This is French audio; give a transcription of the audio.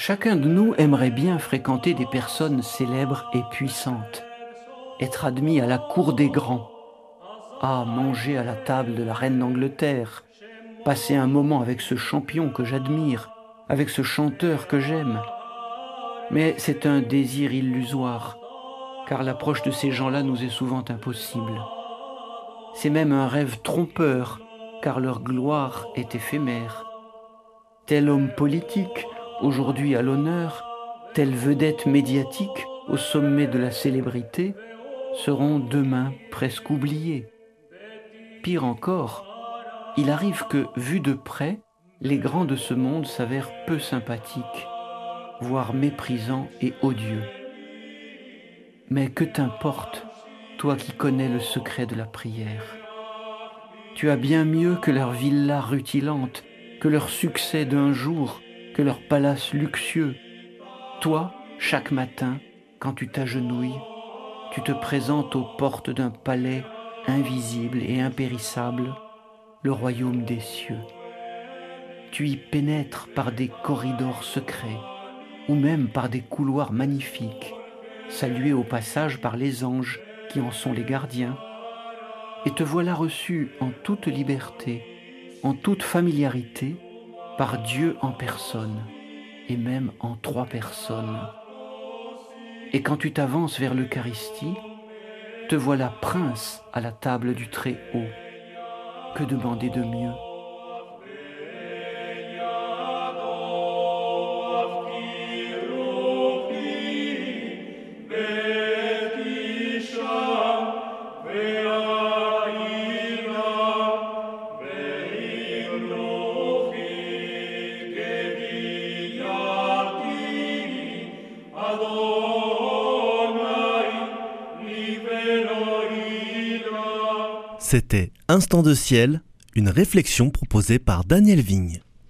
Chacun de nous aimerait bien fréquenter des personnes célèbres et puissantes, être admis à la cour des grands, manger à la table de la reine d'Angleterre, passer un moment avec ce champion que j'admire, avec ce chanteur que j'aime. Mais c'est un désir illusoire, car l'approche de ces gens-là nous est souvent impossible. C'est même un rêve trompeur, car leur gloire est éphémère. Tel homme politique, aujourd'hui à l'honneur, telle vedette médiatique au sommet de la célébrité, seront demain presque oubliés. Pire encore, il arrive que, vus de près, les grands de ce monde s'avèrent peu sympathiques, voire méprisants et odieux. Mais que t'importe, toi qui connais le secret de la prière? Tu as bien mieux que leur villa rutilante, que leur succès d'un jour, que leur palace luxueux. Toi, chaque matin, quand tu t'agenouilles, tu te présentes aux portes d'un palais invisible et impérissable, le royaume des cieux. Tu y pénètres par des corridors secrets, ou même par des couloirs magnifiques, salués au passage par les anges qui en sont les gardiens, et te voilà reçu en toute liberté, en toute familiarité, par Dieu en personne, et même en 3 personnes. Et quand tu t'avances vers l'Eucharistie, te voilà prince à la table du Très-Haut. Que demander de mieux? C'était Instant de ciel, une réflexion proposée par Daniel Vigne.